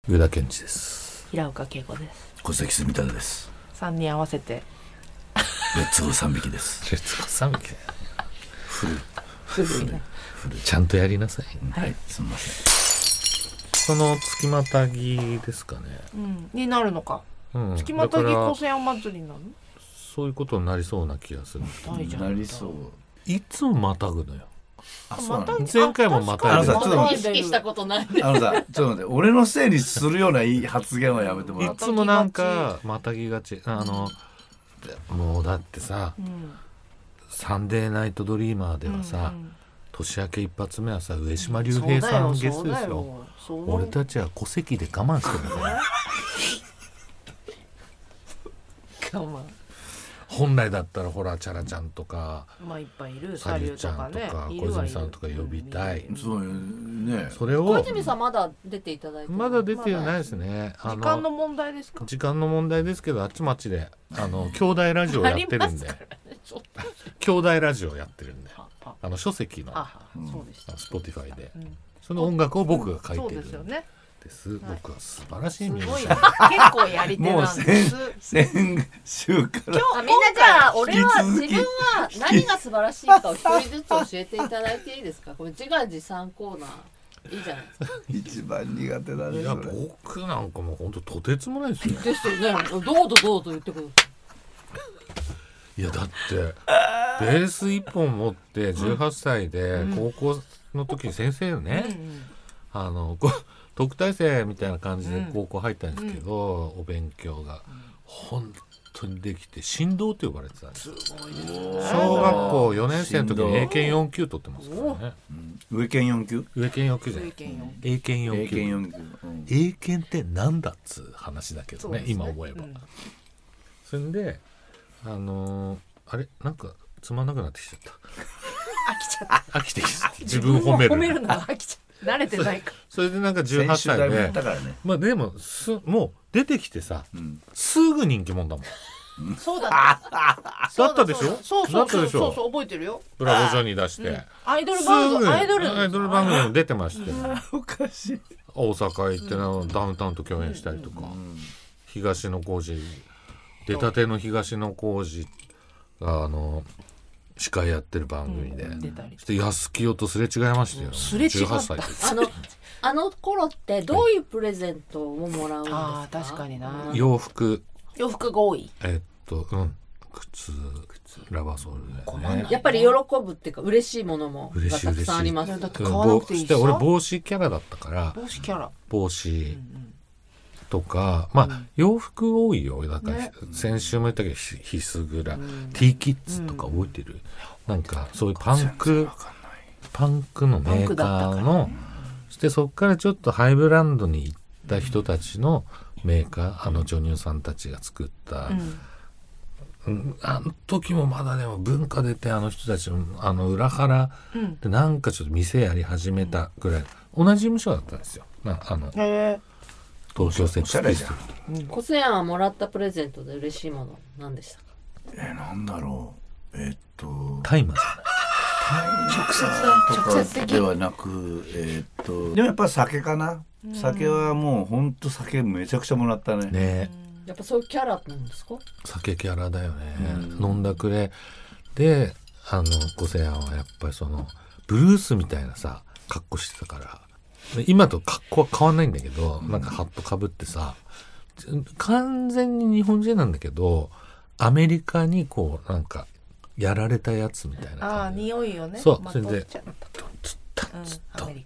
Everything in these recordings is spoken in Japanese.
上田健二です。 平岡恵子です。 小関住太です。 3人合わせてレッツゴー3匹です。 レッツゴー3匹。 古いね。 ちゃんとやりなさい、 はい、すみません。 その月またぎですかね、 になるのか、月またぎ古戦祭りなの。 そういうことになりそうな気がする。 なりそう。 いつもまたぐのよ。 そうなん前回もまたちょっと意識したことない。 さちょっと待って、俺のせいにするようないい発言はやめてもらって。 いつもなんかまたぎがち。もうだってさ、サンデーナイトドリーマーではさ、年明け一発目はさ、上島竜兵さんゲストですよ。俺たちは戸籍で我慢してるんだよ。 我慢。 本来だったらほらチャラちゃんとか、 いっぱいいる。 サリュちゃんとか小泉さんとか呼びたい。 そうね。 それを小泉さんまだ出ていただいてまだ出てないですね。 時間の問題ですか。 時間の問題ですけど、あっちまちで兄弟ラジオやってるんで、兄弟ラジオやってるんで、書籍のSpotify で、その音楽を僕が書いてるんです。僕は素晴らしいミュージシャン。 結構やり手なんです。 先週からみんなじゃあ俺は自分は何が素晴らしいかを一人ずつ教えていただいていいですか。これ自画自賛コーナーいいじゃないですか。 一番苦手だね。 いや僕なんかもう本当とてつもないですよ。 ですよね。どうぞどうぞ言ってください。いやだってベース一本持って18歳で高校の時に先生よね、特待生みたいな感じで高校入ったんですけど、お勉強が本当にできて神童と呼ばれてたんです。小学校4年生の時に英検4級取ってますからね。 上検4級？ 上検4級じゃない。英検4級。英検ってなんだっつう話だけどね、今思えば。それであれなんかつまんなくなってきちゃった。飽きてきちゃった。自分褒めるのが飽きちゃった。慣れてないか。 それでなんか18歳で、まあでももう出てきてさ、すぐ人気者だもん。 そうだ。 だったでしょ。 そう覚えてるよ。 ブラボージョニー出して、 アイドル番組に出てまして、 おかしい。 大阪行ってダウンタウンと共演したりとか、東野幸治出たての東野幸治が司会やってる番組で、そして安清とすれ違いましたよ。18歳で。 あの頃ってどういうプレゼントをもらうんですか。 確かにな。 洋服が多い。 靴ラバーソールで、ね、 やっぱり喜ぶっていうか嬉しいものもがたくさんあります。 だって買わなくていいし。 俺帽子キャラだったから、帽子とか、洋服多いよ。だから、先週も言ったけどヒスグラ、T キッズとか覚えてる？なんかそういうパンクのメーカーの、そしてそこからちょっとハイブランドに行った人たちのメーカー、女優さんたちが作った、あの時もまだでも文化出て、あの人たちの裏腹でなんかちょっと店やり始めたぐらい、同じ事務所だったんですよ。東京セックスピストル。 小瀬庵はもらったプレゼントで嬉しいもの何でしたか。 なんだろう。 タイマーじ直接ではなく、でもやっぱ酒かな。酒はもう本当酒めちゃくちゃもらったね。 やっぱそういうキャラなんですか。 酒キャラだよね。飲んだくれで、小瀬庵はやっぱりブルースみたいなさ格好してたから。今と格好は変わんないんだけど、なんかハットかぶってさ、完全に日本人なんだけど、アメリカにこうなんかやられたやつみたいな感じ。 匂いよね。 そう、それでつったって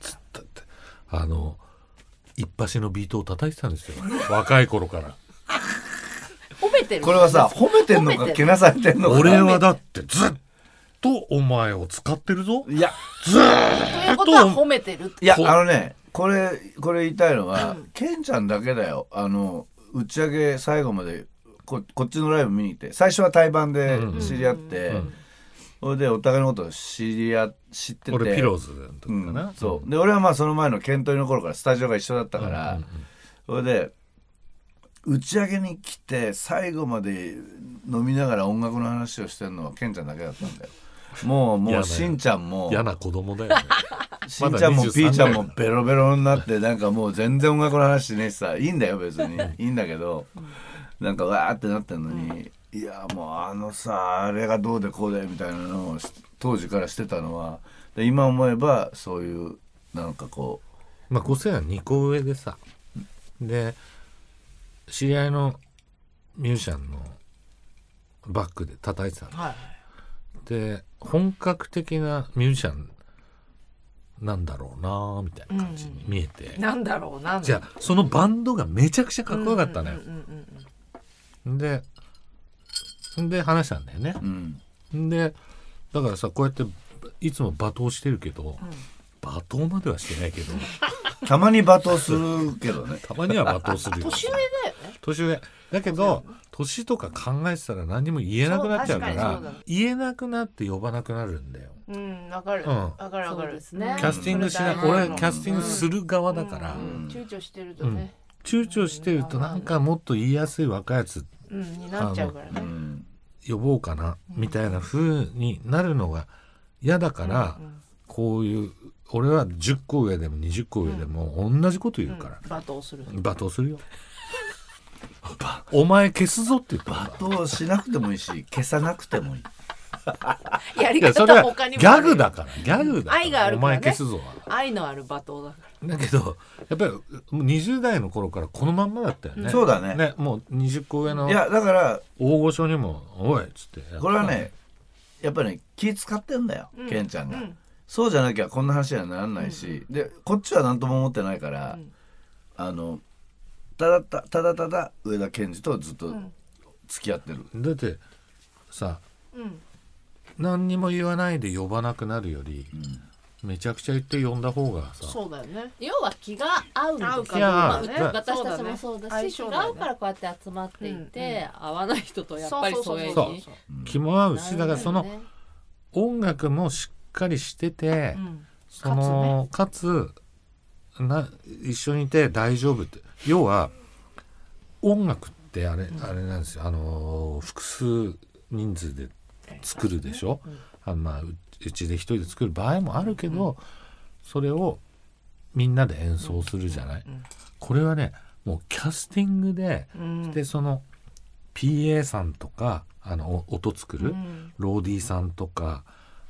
一発のビートを叩いてたんですよ。若い頃から。 褒めてる。 これはさ、褒めてんのかけなされてんのか。 俺はだってずっとお前を使ってるぞ。 いや、 ずーっと褒めてる。 いや、これ言いたいのは、ケンちゃんだけだよ。打ち上げ最後までこっちのライブ見に行って、最初は対バンで知り合って、それでお互いのことを知ってて、 俺ピローズの時かな。 そうで、俺はその前のケントリの頃からスタジオが一緒だったから、それで打ち上げに来て最後まで飲みながら音楽の話をしてるのはケンちゃんだけだったんだよ。もうしんちゃんも嫌な子供だよね。 しんちゃんもピーちゃんもベロベロになってなんかもう全然音楽の話しねえしさいいんだよ別にいいんだけどなんかわーってなってんのに、いやもうさあれがどうでこうでみたいなのを当時からしてたのはで今思えばそういうなんかこう5世は2個上でさで知り合いのミュージシャンのバックで叩いてたの、はい、で本格的なミュージシャンなんだろうなみたいな感じに見えて、 なんだろうなじゃあそのバンドがめちゃくちゃかっこよかったのよ、で話したんだよね、でだからさこうやっていつも罵倒してるけど、罵倒まではしてないけどたまに罵倒するけどねたまには罵倒するよ年上だよね年上だけど年とか考えてたら何も言えなくなっちゃうから言えなくなって呼ばなくなるんだよ。 わかるわかるわかるですね。 キャスティングしない俺キャスティングする側だから、 躊躇してるとね、 躊躇してるとなんかもっと言いやすい若いやつになっちゃうからね、 呼ぼうかなみたいな風になるのが嫌だから、こういう俺は10個上でも20個上でも同じこと言うから、 罵倒するよお前消すぞって言った罵倒しなくてもいいし消さなくてもいいやり方は他にもギャグだからギャグだから愛があるからねお前消すぞは愛のある罵倒だからだけどやっぱり20代の頃からこのまんまだったよね、 そうだねもう20個上のいやだから大御所にもおいっつってこれはねやっぱりね気使ってんだよ、ケンちゃんが、そうじゃなきゃこんな話にはならないし、でこっちは何とも思ってないから、ただ上田健二とずっと付き合ってる、 だってさ、何にも言わないで呼ばなくなるより、めちゃくちゃ言って呼んだ方がさそうだよね要は気が合うんですよ、私たちもそうだし気が合うからこうやって集まっていて、合わない人とやっぱり疎遠に気も合うしだからその音楽もしっかりしてて、そのかつ一緒にいて大丈夫って要は音楽ってあれなんですよ複数人数で作るでしょ、うちで一人で作る場合もあるけど、それをみんなで演奏するじゃない、これはねもうキャスティングで、でその PA さんとか音作る、ローディーさんとか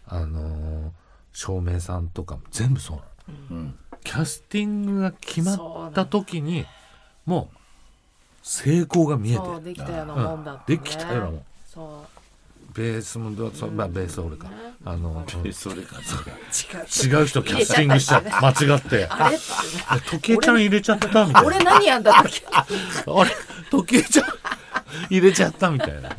照明さんとかも全部そうなの、キャスティングが決まった時にもう成功が見えてそうできたようなもんだったね、できたようなもんそうベースもベースは俺かベース俺か違う人キャスティングしちゃ間違ってあれ時計ちゃん入れちゃったみたいな俺何やんだったっけあれ時計ちゃん入れちゃったみたいな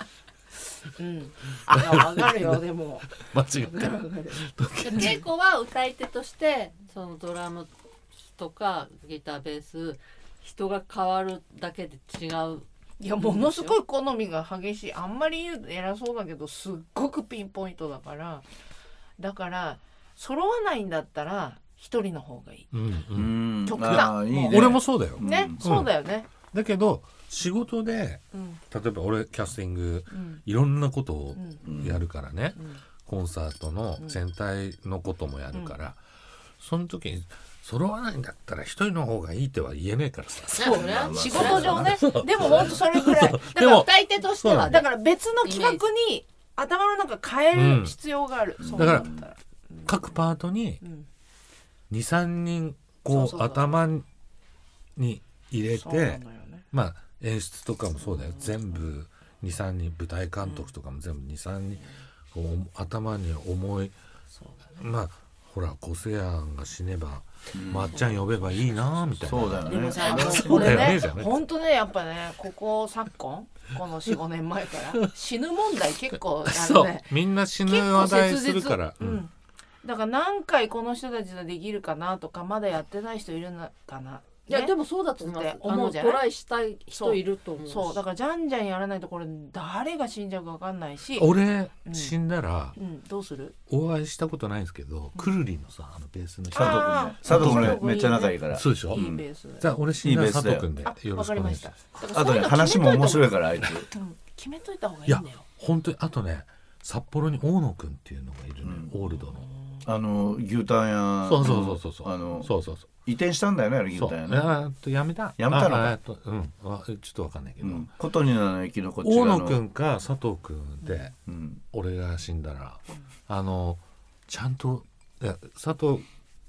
わかるよでも間違って稽古は歌い手としてそのドラムとかギターベース人が変わるだけで違う。 いやものすごい好みが激しいあんまり言うと偉そうだけどすっごくピンポイントだから揃わないんだったら一人の方がいい、極端いいね、 俺もそうだよね、そうだよねだけど仕事で、例えば俺キャスティング、いろんなことをやるからね、コンサートの全体のこともやるから、その時に揃わないんだったら一人の方がいいっては言えねえからさ。 そうね。仕事上ね。でも本当それぐらい。だから歌い手としてはだから別の企画に頭の中変える必要がある。 だから各パートに2、3人こう頭に入れて、演出とかもそうだよ。全部2、3人舞台監督とかも全部2、3人こう頭に重い。ほらコセアンが死ねばまっちゃん呼べばいいなみたいな。 そうだよね。 でもさこれね本当ねやっぱねここ昨今この 4,5 年前から死ぬ問題結構あるね。 みんな死ぬ話題するから。 だから何回この人たちができるかなとかまだやってない人いるのかな。 いやでもそうだと思うじゃない。トライしたい人いると思う。 そうだからじゃんじゃんやらないとこれ誰が死んじゃうか分かんないし。 俺死んだらどうする？ お会いしたことないんですけど、くるりのさベースの人佐藤君ねめっちゃ仲いいから。 そうでしょ。 いいベース。 じゃあ俺死んだら佐藤君でよろしくお願いします。 あとね話も面白いからあいつ。 決めといた方がいいんだよ。 本当にあとね札幌に大野君っていうのがいるね、オールドの。 牛タン屋そうそう移転したんだよね、牛タン屋ね。 やめたのか、ちょっと分かんないけど、 琴仁の駅のこっち側の大野くんか佐藤くんで、俺が死んだらちゃんと佐藤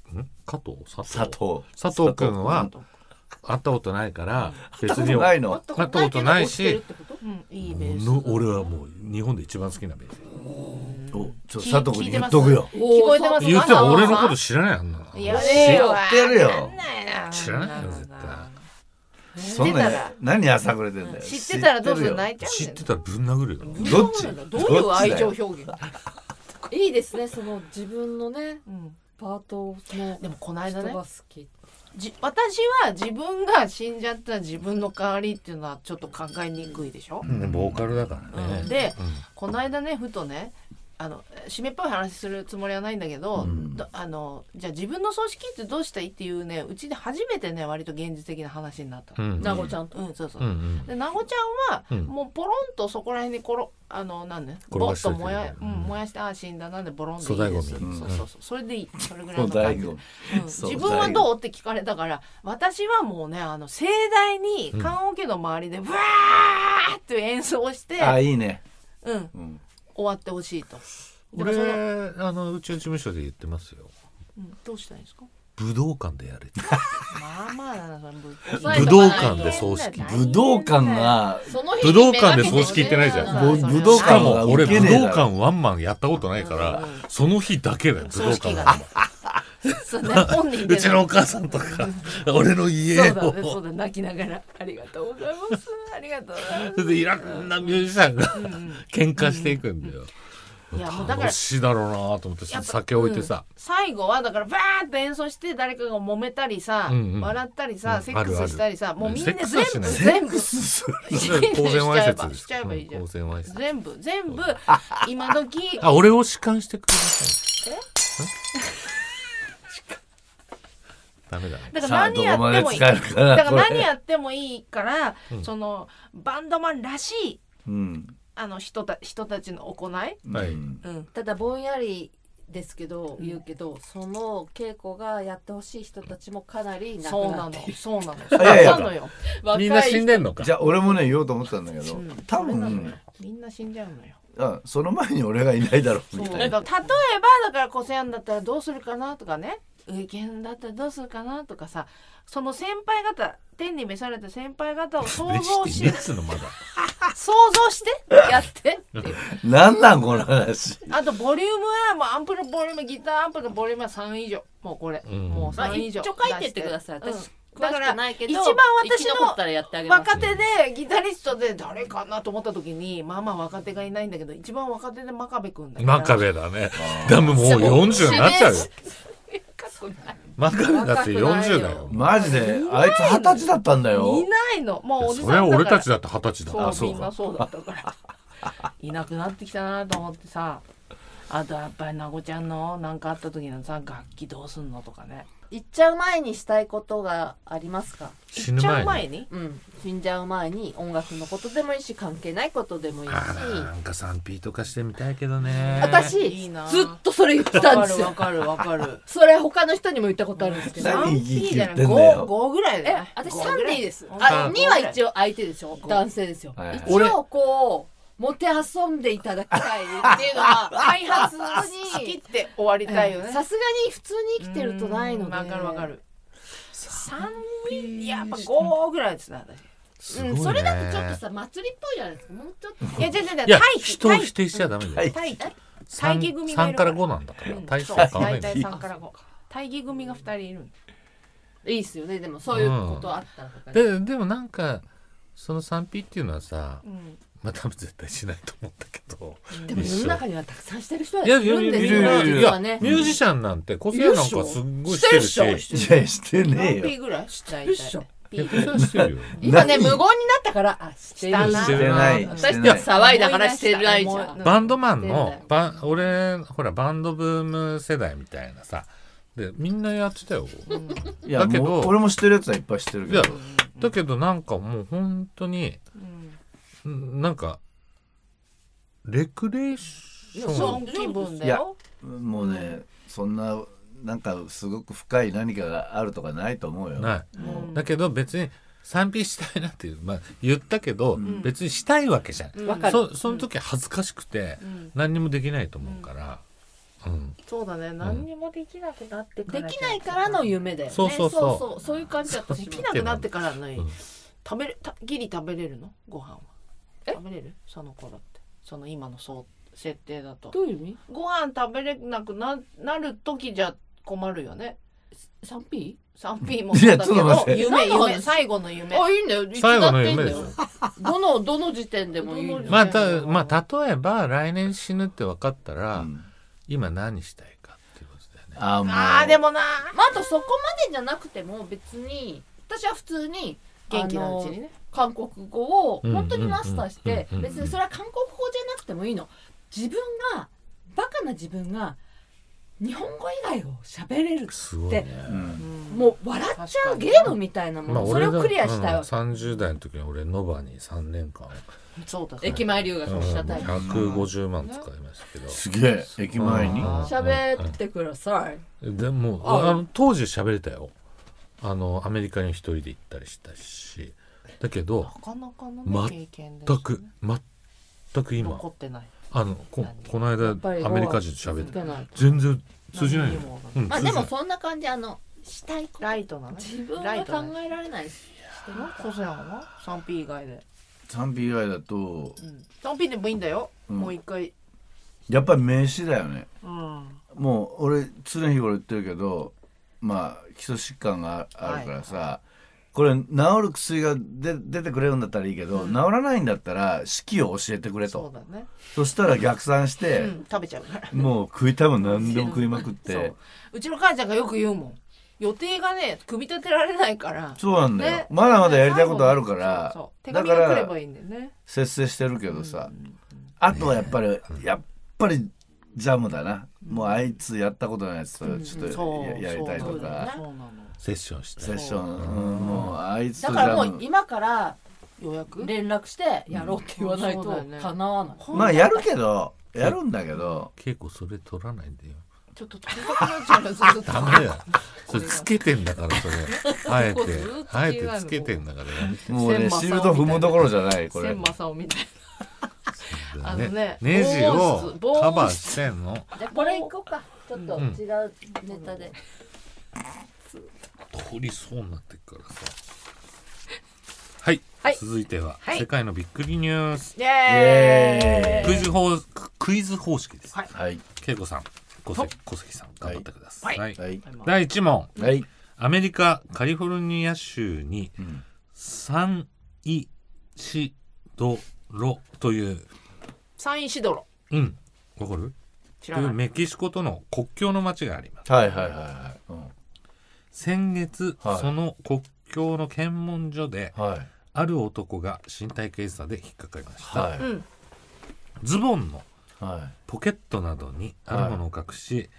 くんは会ったことないから別に会ったことないし、俺はもう日本で一番好きなベース。 佐藤君に言っとくよ。 聞こえてますか？ 言っても俺のこと知らないあんなの。 知ってるよ。 知らないよ絶対。 そんな何やさぐれてんだよ。 知ってたらどうする？泣いちゃう。 知ってたらぶん殴るよ。 どっち？ どういう愛情表現？ いいですね、その自分のねパートの。 でもこの間ね、 私は自分が死んじゃった自分の代わりっていうのはちょっと考えにくいでしょ。 ボーカルだからね。 で、この間ねふとね締めっぽい話するつもりはないんだけど、じゃあ自分の葬式ってどうしたいっていうね、うちで初めてね割と現実的な話になったの。 なごちゃんと。 そうそう。でなごちゃんはもうポロンとそこら辺にボッと燃やして死んだなんでボロンでいいです。そうそれでいい。それぐらいの感じ。自分はどうって聞かれたから、私はもうね盛大に棺桶の周りでわーって演奏して、 いいね。 終わってほしいと。 俺うちの事務所で言ってますよ。 どうしたいんですか？ 武道館でやれ。 まあだな、 武道館で葬式。 武道館が武道館で葬式行ってないじゃん。 武道しか館も俺武道館ワンマンやったことないからその日だけだよ武道館は。うちのお母さんとか俺の家をそうだ泣きながらありがとうございますありがとうございます。 それでいろんなミュージシャンが喧嘩していくんだよ。いやもうだから楽しいだろうなと思って酒置いてさ、 最後はだからバーッと演奏して誰かが揉めたりさ、笑ったりさ、セックスしたりさ、もうみんな全部公然わいせつしちゃえばいいじゃん。 全部今時俺を弛緩してください。ダメだね。 だから何やってもいい。だから何やってもいいから、そのバンドマンらしい人たちの行い。 ただぼんやりですけど言うけど、その稽古がやってほしい人たちもかなり亡くなって、 そうなの。 みんな死んでんのか。 じゃあ俺もね言おうと思ってたんだけど、多分みんな死んじゃうのよ。 その前に俺がいないだろうみたいな。 例えばだからコセアンだったらどうするかなとかね、上剣だったらどうするかなとかさ、その先輩方、天に召された先輩方を想像して想像してやってっていう。 なんなんこの話。 あとボリュームはもうアンプのボリューム、ギターアンプのボリュームは3以上、もうこれ、もう3以上一応書いてってください。私だから一番私の若手でギタリストで誰かなと思った時にまあ若手がいないんだけど、一番若手で真壁くんだから。 真壁だね。でももう40になっちゃうよ。真壁だって40だよ。 マジであいつ20歳だったんだよ。 いないの、もうおじさんだから。 それは俺たちだって20歳だ。 そうみんなそうだったからいなくなってきたなと思ってさ。あとやっぱりなごちゃんのなんかあった時のさ、楽器どうすんのとかね。 行っちゃう前にしたいことがありますか？ 死ぬ前に？ 死んじゃう前に音楽のことでもいいし、関係ないことでもいいし。 なんか 3P とかしてみたいけどね。 私ずっとそれ言ってたんですよ。 わかるそれ他の人にも言ったことあるんですけど。 何言ってんだよ。 5ぐらいだよ。 私3でいいです。2は一応相手でしょ、男性ですよ。一応こうもてあそんでいただきたいっていうのは開発に切って終わりたいよね。 さすがに普通に生きてるとないので。 わかる。3やっぱ5ぐらいですね。 それだとちょっとさ祭りっぽいじゃないですか。もうちょっと。 いや人を否定しちゃダメだよ。 待機組がいるから。 3から5なんだから。大体 3から5。待機組が2人いる。 いいっすよね。でもそういうことあったらとか。 でもなんかその 3P っていうのはさ。まあ多分絶対しないと思ったけど、 でも世の中にはたくさんしてる人はいるんですよ。 いやミュージシャンなんて個性なんかすっごいしてるし。 いやしてねえよ。 3P ぐらいしたい。 今ね無言になったからしてない。 私たち騒いだからしてないじゃん。 バンドマンの俺ほらバンドブーム世代みたいなさでみんなやってたよ。 だけど俺も知ってるやつはいっぱい知ってるけど。 だけどなんかもう本当に。なんかレクレーション気分だよ。 もうねそんななんかすごく深い何かがあるとかないと思うよ。 ない、だけど別に賛否したいなっていう、言ったけど、別にしたいわけじゃん、その時は恥ずかしくて、何にもできないと思うから、 そうだね、何にもできなくなってから、 できないからの夢だよね。そういう感じだったし、 できなくなってからのギリ食べれるのご飯は食べれる？その頃ってその今の設定だとどういう意味？ ご飯食べれなくなる時じゃ困るよね。 3P？ 3P もそうだけど夢最後の夢。 あ、いいんだよ。 最後の夢ですよ。 どの時点でもいい。 例えば来年死ぬって分かったら、今何したいかっていうことだよね。 でもな、 あとそこまでじゃなくても別に私は普通に元気なうちにね韓国語を本当にマスターして、別にそれは韓国語じゃなくてもいいの。バカな自分が日本語以外を喋れるって、もう笑っちゃうゲームみたいなもの、それをクリアしたよ。 30代の時に俺ノバに3年間駅前留学したタイプ、 150万使いましたけど、 すげえ。駅前に喋ってください。 でも当時喋れたよ。アメリカに一人で行ったりしたし、だけどなかなかの経験ですね。 全く今残ってない。 この間アメリカ人と喋って全然通じないよ。 でもそんな感じ、したいライトなね。 自分は考えられないし。 そうじゃんな。3P 以外で。 3P 以外だと、 3P でもいいんだよ。もう一回。 やっぱり名詞だよね。もう俺常日頃言ってるけど、基礎疾患があるからさ、これ治る薬が出てくれるんだったらいいけど、治らないんだったら式を教えてくれと。 そうだね。 そしたら逆算して、 食べちゃうからもう多分何でも食いまくって。 うちの母ちゃんがよく言うもん。予定がね組み立てられないから。 そうなんだよ。まだまだやりたいことあるから、 手紙が来ればいいんだよね。 節制してるけどさ、あとはやっぱりジャムだな。もうあいつやったことないやつとちょっとやりたいとか、 セッションして、 もうあいつだからもう今から予約連絡してやろうって言わないと叶わない。 やるけどやるんだけど、 結構それ取らないんだよ。 ちょっと取りたくなっちゃうのずっと。 ダメだよ。それつけてんだから、それあえてつけてんだからやめて。 もうねシールド踏むどころじゃないこれ。 千正雄みたいな。 ネジをカバーしてんの。 じゃこれいこうか。ちょっと違うネタで。 取りそうになってるからさ。はい、続いては世界のびっくりニュース。クイズ方式です。恵子さん、小関さん頑張ってください。第1問。アメリカカリフォルニア州にサンイシドロというサンイシドロ、 わかる？ 知らない。 メキシコとの国境の町があります。先月、その国境の検問所で、ある男が身体検査で引っかかりました。ズボンのポケットなどにあるものを隠し、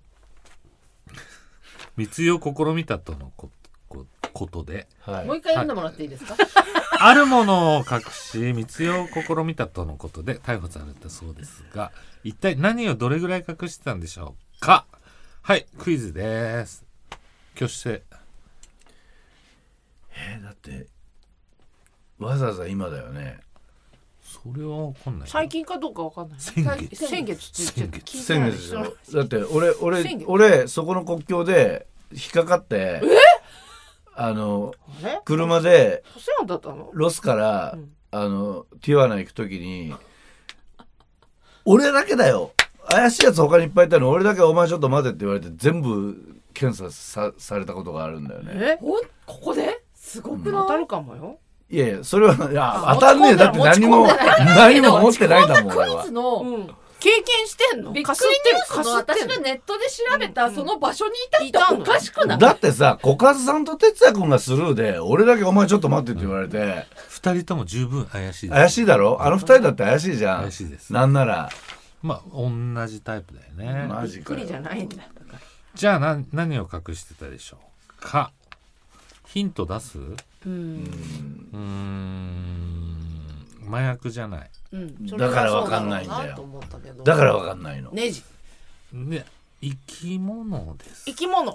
密輸を試みたとのことで、 もう一回読んでもらっていいですか？ あるものを隠し密輸を試みたとのことで逮捕されたそうですが、一体何をどれぐらい隠してたんでしょうか？はい、クイズです。挙手。 だってわざわざ今だよね。 それは分かんない。 最近かどうか分かんない。 先月先月でしょ。だって俺そこの国境で引っかかって、車でロスからティワナ行くときに、俺だけだよ、怪しいやつ他にいっぱいいたの俺だけお前ちょっと待てって言われて全部検査 されたことがあるんだよね。 ここですごくない？ 当たるかもよ。 いやそれは当たんねえ。だって何も持ってないんだもん俺は。 経験してんの？ びっくりニュースの私がネットで調べたその場所にいたっておかしくない？ だってさ、小和さんと哲也君がスルーで俺だけお前ちょっと待ってって言われて、 2人とも十分怪しいです。 怪しいだろ？2人だって怪しいじゃん。 怪しいです。 なんなら同じタイプだよね。 マジかよ。 びっくりじゃないんだ。 じゃあ何を隠してたでしょうか？ヒント出す？麻薬じゃない。 だからわかんないんだよ。だからわかんないの。 ネジ。 ね、 生き物です。 生き物。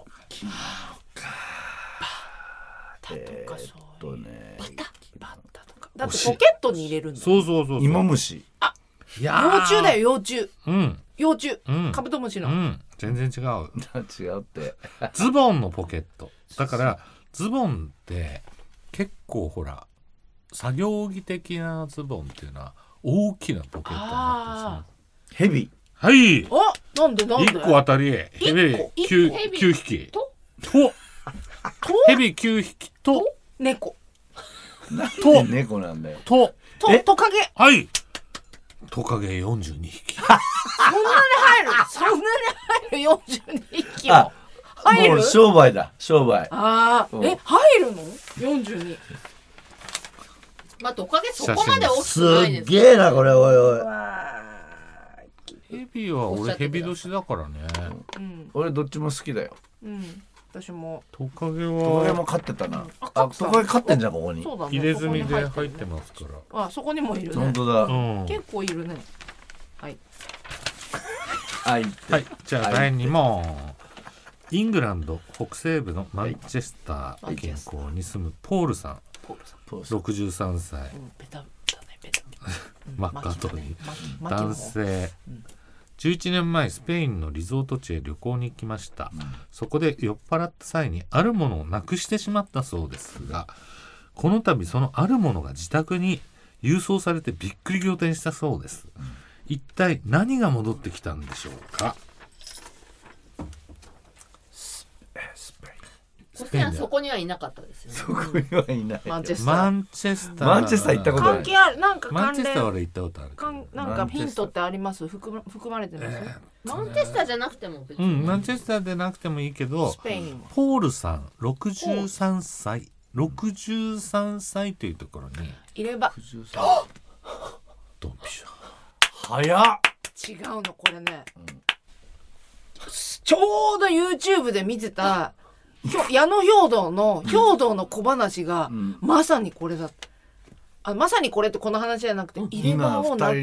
バッタとかそうね。 バッタとか。だってポケットに入れるんだ。 そうそうそう。 芋虫。 あ、幼虫だよ幼虫。 うん。 幼虫。カブトムシの。 全然違う。 違うって。 ズボンのポケット。だからズボンって結構ほら作業着的なズボンっていうのは大きなポケットになってしまう。 ヘビ。 はい。 あ、なんで 1個当たり。ヘビ9匹。とヘビ9匹と猫。 と猫なんだよ。 トカゲ。 はい。トカゲ42匹。 そんなに入る42匹も。 もう商売だ商売。 入るの42。 まあトカゲそこまで大きくないです。 すげえなこれ。おいおい。 ヘビは俺ヘビ年だからね。 俺どっちも好きだよ。 私も。 トカゲも飼ってたな。トカゲ飼ってんじゃんここに。 入れ墨で入ってますから。 あ、そこにもいるね。 本当だ。 結構いるね。はい。 はい。じゃあ第2問。イングランド北西部のマンチェスター近郊に住むポールさん。63歳。マッカートニー。男性。11年前スペインのリゾート地へ旅行に行きました。そこで酔っ払った際にあるものをなくしてしまったそうですが、この度そのあるものが自宅に郵送されてびっくり仰天したそうです。一体何が戻ってきたんでしょうか。 そこにはいなかったですよね。 そこにはいない。 マンチェスター行ったことない。 関係ある。なんかマンチェスターは俺行ったことある。 なんかヒントってあります？含まれてます？ マンチェスターじゃなくても別に。 マンチェスターでなくてもいいけど、ポールさん63歳63歳というところにいれば。 ドンピシャ。 早っ。 違うのこれね。ちょうど YouTube で見てた。矢野兵道の小話がまさにこれだった。まさにこれってこの話じゃなくて入れ歯をな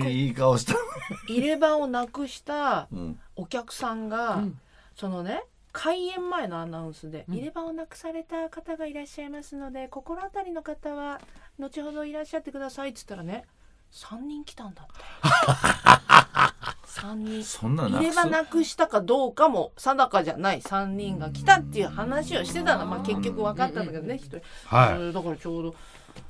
くしたお客さんが、そのね開演前のアナウンスで、入れ歯をなくされた方がいらっしゃいますので心当たりの方は後ほどいらっしゃってくださいっつったらね、3人来たんだって。3人そんな入れ歯なくしたかどうかも定かじゃない3人が来たっていう話をしてたの。結局分かったんだけどね、一人。はい。だからちょうど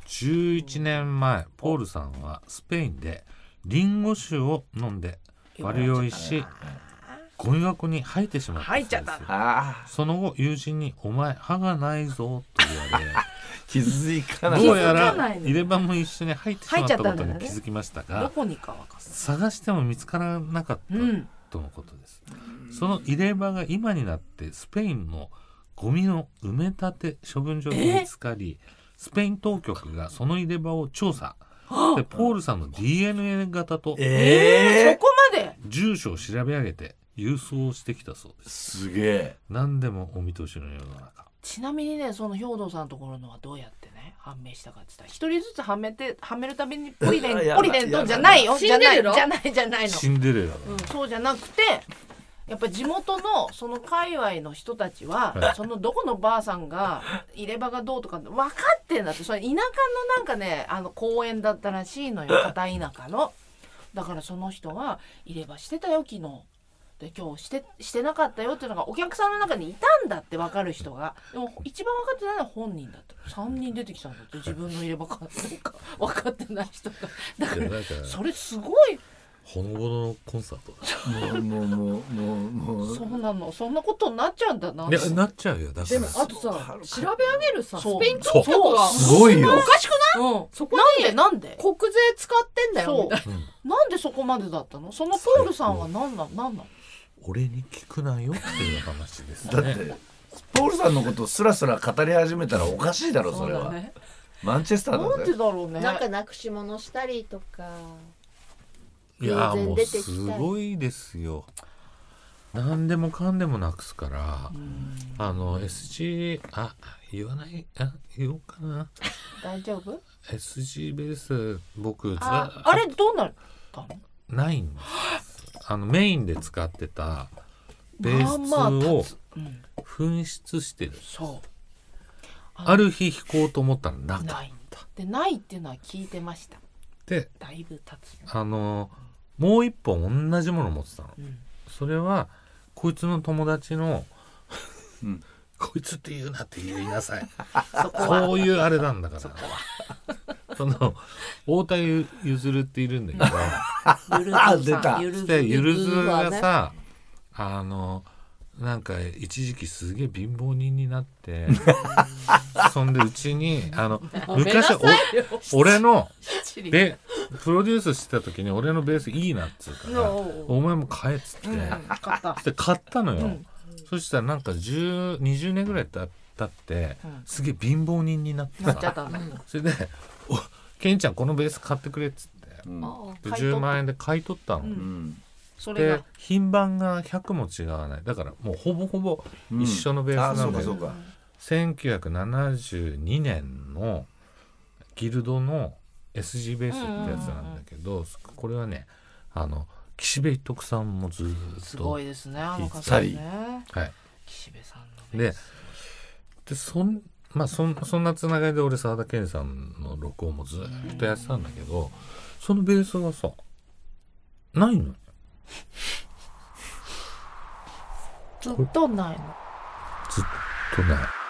11年前ポールさんはスペインでリンゴ酒を飲んで悪酔いしゴミ箱に吐いてしまったそうです。 吐いちゃった。 その後友人にお前歯がないぞと言われ気づかない。 どうやら入れ歯も一緒に入ってしまったことに気づきましたが、 どこにか分かった。 探しても見つからなかったとのことです。その入れ歯が今になってスペインのゴミの埋め立て処分場に見つかり、スペイン当局がその入れ歯を調査でポールさんの DNA 型と、 そこまで住所を調べ上げて郵送してきたそうです。 すげえ。 何でもお見通しの世の中。 ちなみにね、その兵藤さんのところのはどうやってね判明したかって言ったら、一人ずつはめるたびにポリデントじゃないよ。じゃないの。 シンデレラだ、 そうじゃなくて、やっぱり地元のその界隈の人たちは、そのどこのばあさんが入れ歯がどうとか分かってんだって。それ田舎のなんかね公園だったらしいのよ、片田舎の。だからその人は入れ歯してたよ昨日で、今日してなかったよっていうのがお客さんの中にいたんだって分かる人が。でも一番分かってないのは本人だった。3人出てきたんだって、自分の入れ歯かどうか分かってない人が。だからそれすごいほのぼののコンサートだ。 もうそうなの。そんなことになっちゃうんだな。 いやなっちゃうよ。だからでもあとさ、調べ上げるさ、スペイン当局がすごいよ。 おかしくない？そこになんで国税使ってんだよみたいな。なんでそこまでだったの？そのポールさんは何なの？ 俺に聞くなよっていう話ですね。 だってポールさんのことをスラスラ語り始めたらおかしいだろそれは。マンチェスターだぜ。 なんでだろうね。 なんかなくし物したりとか。 いやもうすごいですよ。何でもかんでもなくすから、SG 言わない言おうかな。 大丈夫？ SG ベース僕あれどうなったの？ ないんです。メインで使ってたベースを紛失してる。そうある日弾こうと思ったらなかった。 でないっていうのは聞いてました。 でだいぶ経つ。 もう一本同じもの持ってたの、それはこいつの友達のこいつって言うなって言いなさいそういうあれなんだからその太田ゆずるっているんだけど出たゆるずがさ、なんか一時期すげえ貧乏人になってそんでうちに昔俺のプロデュースしてた時に俺のベースいいなっつうからお前も買えっつって、買ったのよ、そしたらなんか20年ぐらい経ってすげえ貧乏人になってさ、それでケンちゃんこのベース買ってくれっつって、10万円で買い取ったの、で品番が100も違わない。だからもうほぼほぼ一緒のベースなんだけど、1972年のギルドの SG ベースってやつなんだけど、これはね岸辺一徳さんもずっとすごいですね、あの方ね。 はい、 岸辺さんのベースでそんなつながりで俺沢田研さんの録音もずっとやってたんだけど、そのベースがさないのよ。 ずっとないの。 ずっとない。